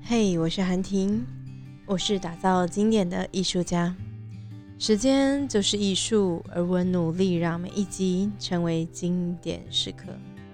嘿，我是韩婷，我是打造经典的艺术家。时间就是艺术，而我努力让每一集成为经典时刻。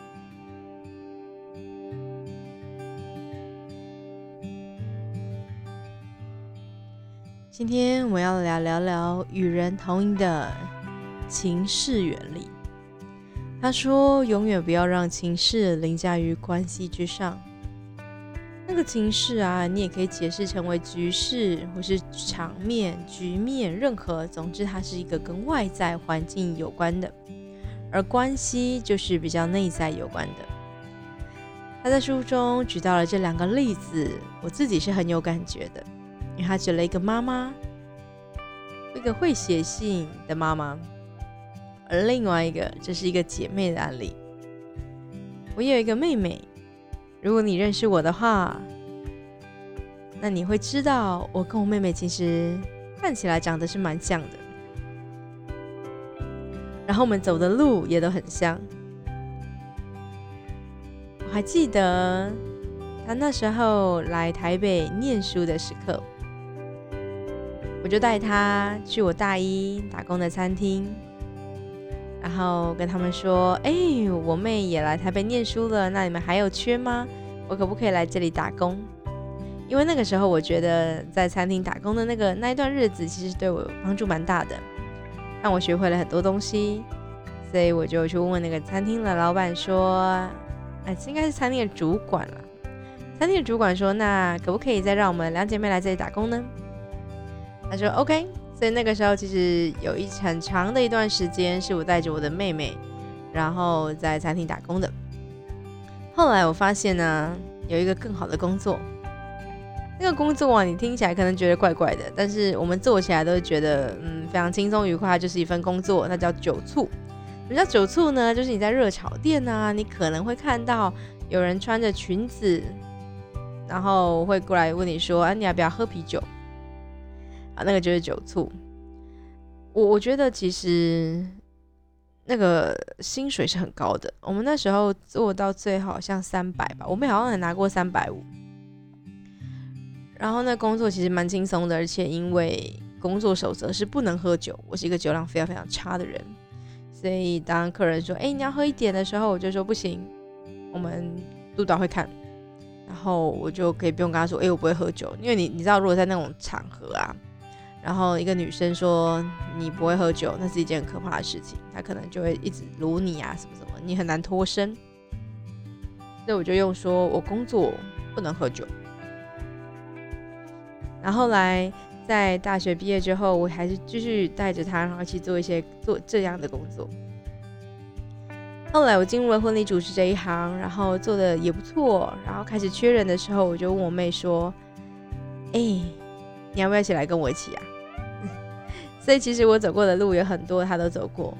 今天我要来聊聊与人同饮的情势原理。他说，永远不要让情势凌驾于关系之上。那个情势啊，你也可以解释成为局势或是场面、局面，任何，总之它是一个跟外在环境有关的，而关系就是比较内在有关的。他在书中举到了这两个例子，我自己是很有感觉的，因为他举了一个妈妈，一个会写信的妈妈，而另外一个就是一个姐妹的案例。我也有一个妹妹，如果你认识我的话，那你会知道我跟我妹妹其实看起来长得是蛮像的，然后我们走的路也都很像。我还记得她那时候来台北念书的时刻，我就带她去我大一打工的餐厅，然后跟他们说，我妹也来台北念书了，那你们还有缺吗？我可不可以来这里打工？因为那个时候我觉得在餐厅打工的那一段日子其实对我帮助蛮大的，让我学会了很多东西，所以我就去问问那个餐厅的老板说，应该是餐厅的主管啦。餐厅的主管说，那可不可以再让我们两姐妹来这里打工呢？他说 OK， 所以那个时候其实有很长的一段时间是我带着我的妹妹，然后在餐厅打工的。后来我发现呢，有一个更好的工作。那个工作啊，你听起来可能觉得怪怪的，但是我们做起来都是觉得非常轻松愉快，它就是一份工作，它叫酒促。什么叫酒促呢？就是你在热炒店啊，你可能会看到有人穿着裙子，然后会过来问你说，你要不要喝啤酒？那个就是酒促。我觉得其实那个薪水是很高的，我们那时候做到最后好像300吧，我们好像也拿过350。然后那工作其实蛮轻松的，而且因为工作守则是不能喝酒，我是一个酒量非常非常差的人，所以当客人说你要喝一点的时候，我就说不行，我们督导会看，然后我就可以不用跟他说我不会喝酒，因为你知道如果在那种场合啊，然后一个女生说你不会喝酒，那是一件很可怕的事情，她可能就会一直撸你啊什么什么，你很难脱身，所以我就用说我工作不能喝酒。然后后来在大学毕业之后，我还是继续带着他，然后去做这样的工作。后来我进入了婚礼主持这一行，然后做的也不错，然后开始缺人的时候，我就问我妹说，你要不要一起来跟我一起啊？所以其实我走过的路有很多，她都走过。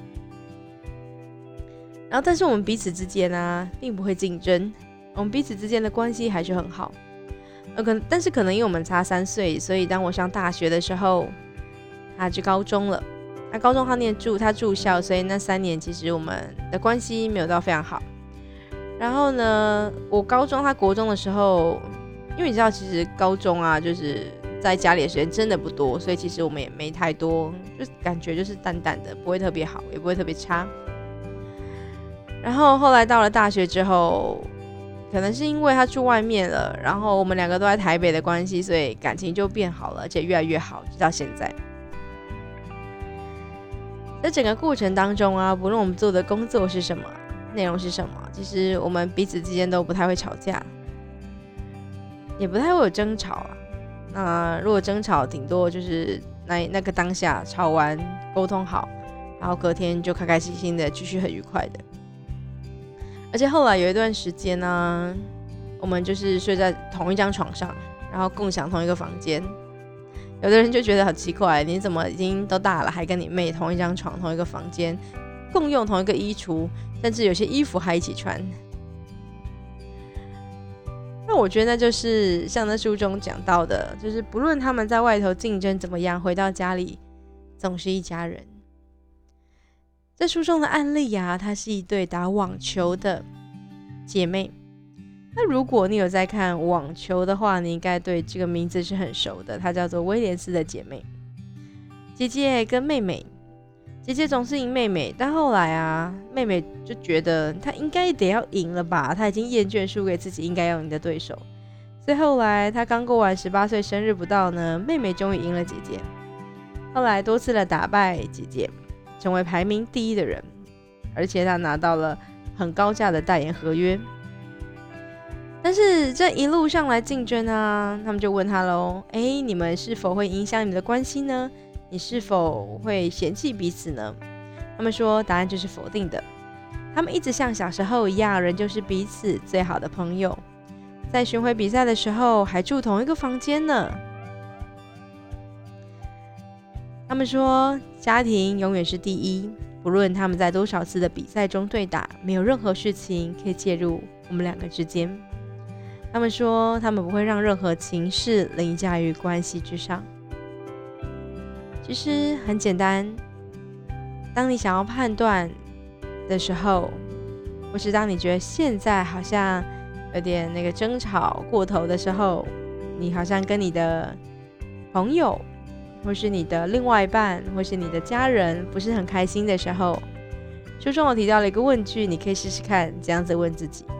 然后但是我们彼此之间啊，并不会竞争，我们彼此之间的关系还是很好。但是可能因为我们差3岁，所以当我上大学的时候，他去高中了。那高中他住校，所以那3年其实我们的关系没有到非常好。然后呢，我高中他国中的时候，因为你知道其实高中啊，就是在家里的时间真的不多，所以其实我们也没太多，就感觉就是淡淡的，不会特别好，也不会特别差。然后后来到了大学之后，可能是因为他住外面了，然后我们2个都在台北的关系，所以感情就变好了，而且越来越好，直到现在。在整个过程当中啊，不论我们做的工作是什么，内容是什么，其实我们彼此之间都不太会吵架，也不太会有争吵啊。那如果争吵，顶多就是那个当下吵完沟通好，然后隔天就开开心心的继续很愉快的。而且后来有一段时间呢，我们就是睡在同一张床上，然后共享同一个房间。有的人就觉得很奇怪，你怎么已经都大了，还跟你妹同一张床、同一个房间，共用同一个衣橱，甚至有些衣服还一起穿。那我觉得那就是像那书中讲到的，就是不论他们在外头竞争怎么样，回到家里总是一家人。在书中的案例啊，她是一对打网球的姐妹。 那如果你有在看网球的话，你应该对这个名字是很熟的，它叫做威廉斯的姐妹。姐姐跟妹妹，姐姐总是赢妹妹，但后来啊，妹妹就觉得她应该得要赢了吧，她已经厌倦输给自己应该要赢的对手。所以后来她刚过完18岁生日不到呢，妹妹终于赢了姐姐。后来多次的打败姐姐，成为排名第1的人，而且她拿到了很高价的代言合约。但是这一路上来竞争啊，他们就问他咯，你们是否会影响你们的关系呢？你是否会嫌弃彼此呢？他们说答案就是否定的。他们一直像小时候一样，仍旧是彼此最好的朋友，在巡回比赛的时候还住同一个房间呢。他们说家庭永远是第一，不论他们在多少次的比赛中对打，没有任何事情可以介入我们2个之间。他们说他们不会让任何情势凌驾于关系之上。其实很简单，当你想要判断的时候，或是当你觉得现在好像有点那个争吵过头的时候，你好像跟你的朋友或是你的另外一半或是你的家人不是很开心的时候，书中我提到了一个问句，你可以试试看这样子问自己，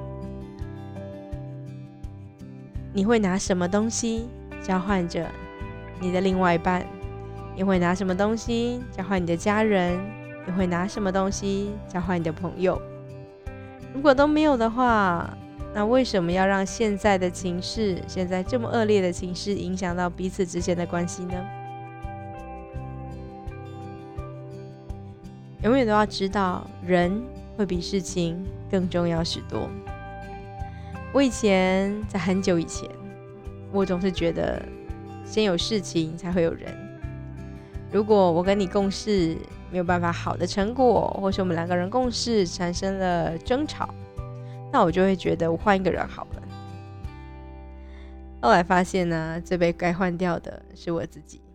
你会拿什么东西交换着你的另外一半？你会拿什么东西交换你的家人？你会拿什么东西交换你的朋友？如果都没有的话，那为什么要让现在的情势，现在这么恶劣的情势影响到彼此之间的关系呢？永远都要知道，人会比事情更重要许多。我以前在很久以前，我总是觉得先有事情才会有人。如果我跟你共事没有办法好的成果，或是我们2个人共事产生了争吵，那我就会觉得我换一个人好了。后来发现呢，最被该换掉的是我自己。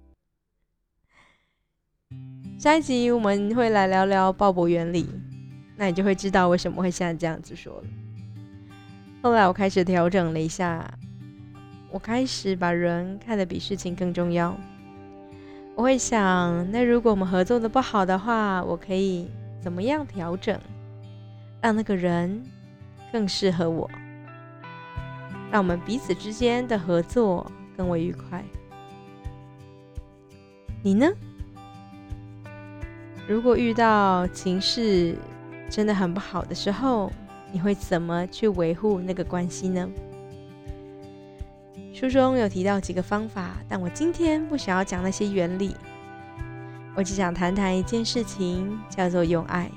下一集我们会来聊聊鲍勃原理，那你就会知道为什么会现在这样子说了。后来我开始调整了一下，我开始把人看得比事情更重要。我会想，那如果我们合作的不好的话，我可以怎么样调整，让那个人更适合我，让我们彼此之间的合作更为愉快。你呢？如果遇到情势真的很不好的时候，你会怎么去维护那个关系呢？书中有提到几个方法，但我今天不想要讲那些原理，我只想谈谈一件事情，叫做用爱。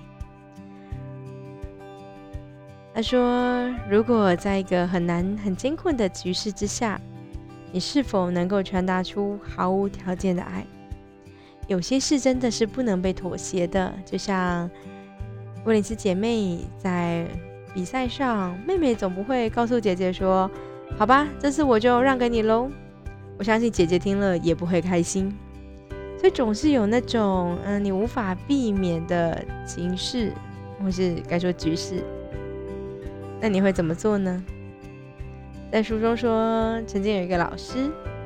他说，如果在一个很难很艰困的局势之下，你是否能够传达出毫无条件的爱？有些事真的是不能被妥协的，就像威廉斯姐妹在比赛上，妹妹总不会告诉姐姐说，好吧，这次我就让给你咯。我相信姐姐听了也不会开心。所以总是有那种你无法避免的情势，或是该说局势，那你会怎么做呢？在书中说，曾经有一个老师，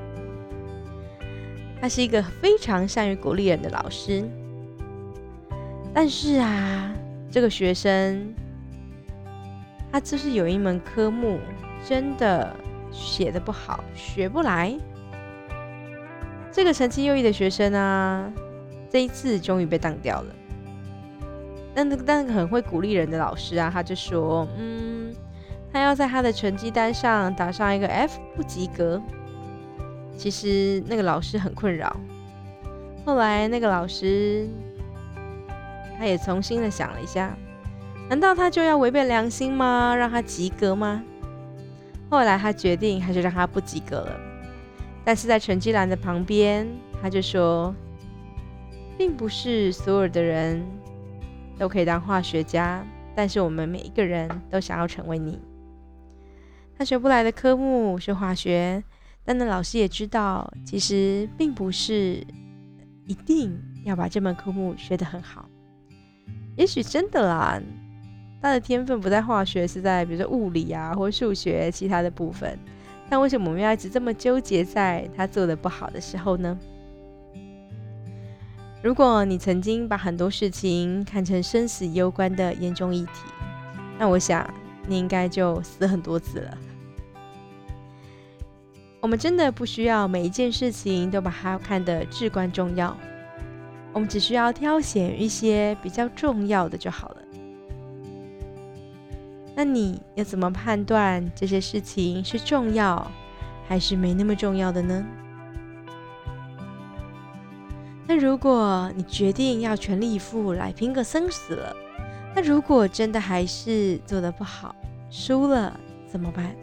他是一个非常善于鼓励人的老师，但是啊，这个学生他就是有一门科目真的写得不好，学不来。这个成绩优异的学生啊，这一次终于被当掉了。那个很会鼓励人的老师啊，他就说，他要在他的成绩单上打上一个 F 不及格。其实那个老师很困扰。后来那个老师他也重新的想了一下，难道他就要违背良心吗？让他及格吗？后来他决定还是让他不及格了。但是在成绩栏的旁边，他就说，并不是所有的人都可以当化学家，但是我们每一个人都想要成为你。他学不来的科目是化学，但那老师也知道，其实并不是一定要把这门科目学得很好。也许真的啦， 他的天分不在化学，是在比如说物理啊或数学其他的部分。但为什么我们要一直这么纠结在他做的不好的时候呢？如果你曾经把很多事情看成生死攸关的严重议题，那我想你应该就死很多次了。我们真的不需要每一件事情都把它看得至关重要，我们只需要挑选一些比较重要的就好了。那你要怎么判断这些事情是重要还是没那么重要的呢？那如果你决定要全力以赴来拼个生死了，那如果真的还是做得不好，输了怎么办？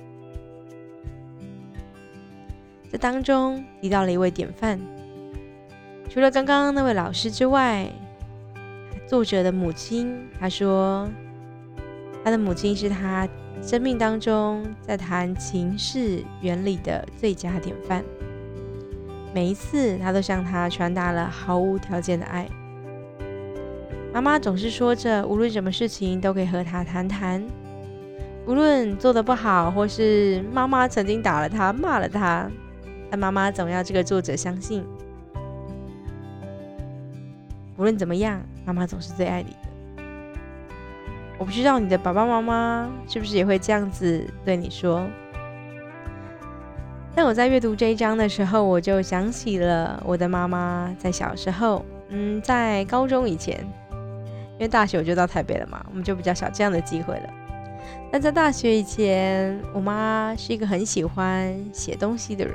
这当中提到了一位典范，除了刚刚那位老师之外，作者的母亲，他说他的母亲是他生命当中在谈情事原理的最佳典范，每一次他都向他传达了毫无条件的爱。妈妈总是说着无论什么事情都可以和他谈谈，无论做得不好或是妈妈曾经打了他骂了他，但妈妈总要这个作者相信，无论怎么样，妈妈总是最爱你的。我不知道你的爸爸妈妈是不是也会这样子对你说。但我在阅读这一章的时候，我就想起了我的妈妈在小时候，在高中以前，因为大学我就到台北了嘛，我们就比较少这样的机会了。但在大学以前，我妈是一个很喜欢写东西的人。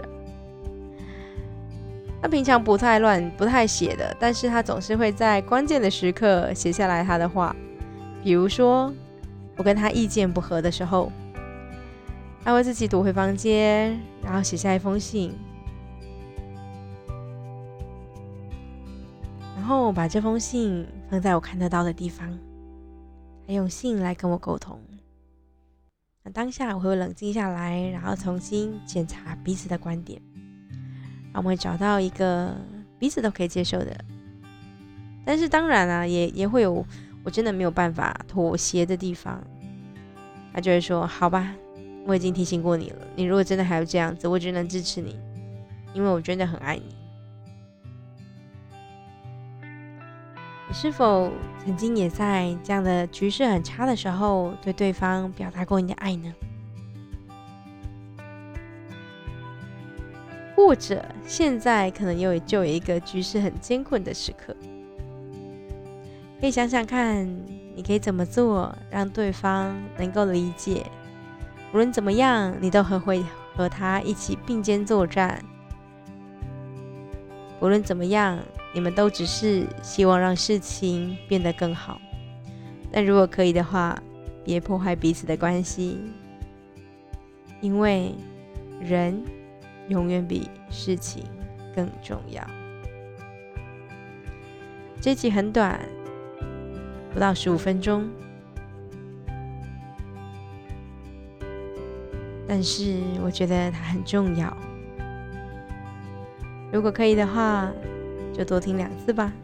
她平常不太写的，但是她总是会在关键的时刻写下来她的话。比如说，我跟她意见不合的时候，她会自己躲回房间，然后写下一封信，然后把这封信放在我看得到的地方，她用信来跟我沟通。那当下我会冷静下来，然后重新检查彼此的观点，我们会找到一个彼此都可以接受的。但是当然啊，也会有我真的没有办法妥协的地方。他就会说，好吧，我已经提醒过你了，你如果真的还要这样子，我只能支持你，因为我真的很爱你。你是否曾经也在这样的局势很差的时候，对对方表达过你的爱呢？或者现在可能就有一个局势很艰困的时刻，可以想想看，你可以怎么做让对方能够理解，无论怎么样，你都会和他一起并肩作战。无论怎么样，你们都只是希望让事情变得更好。但如果可以的话，别破坏彼此的关系，因为人永远比事情更重要。这集很短，不到15分钟，但是我觉得它很重要。如果可以的话，就多听2次吧。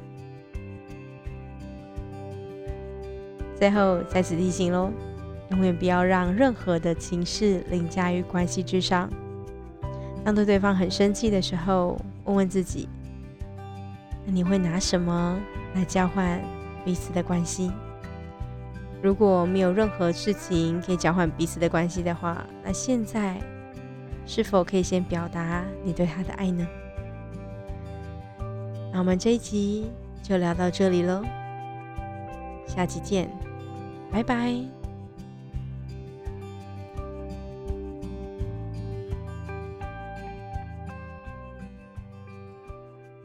最后再次提醒咯，永远不要让任何的情势凌驾于关系之上。当对方很生气的时候，问问自己，那你会拿什么来交换彼此的关系？如果没有任何事情可以交换彼此的关系的话，那现在是否可以先表达你对他的爱呢？那我们这一集就聊到这里咯，下期见，拜拜。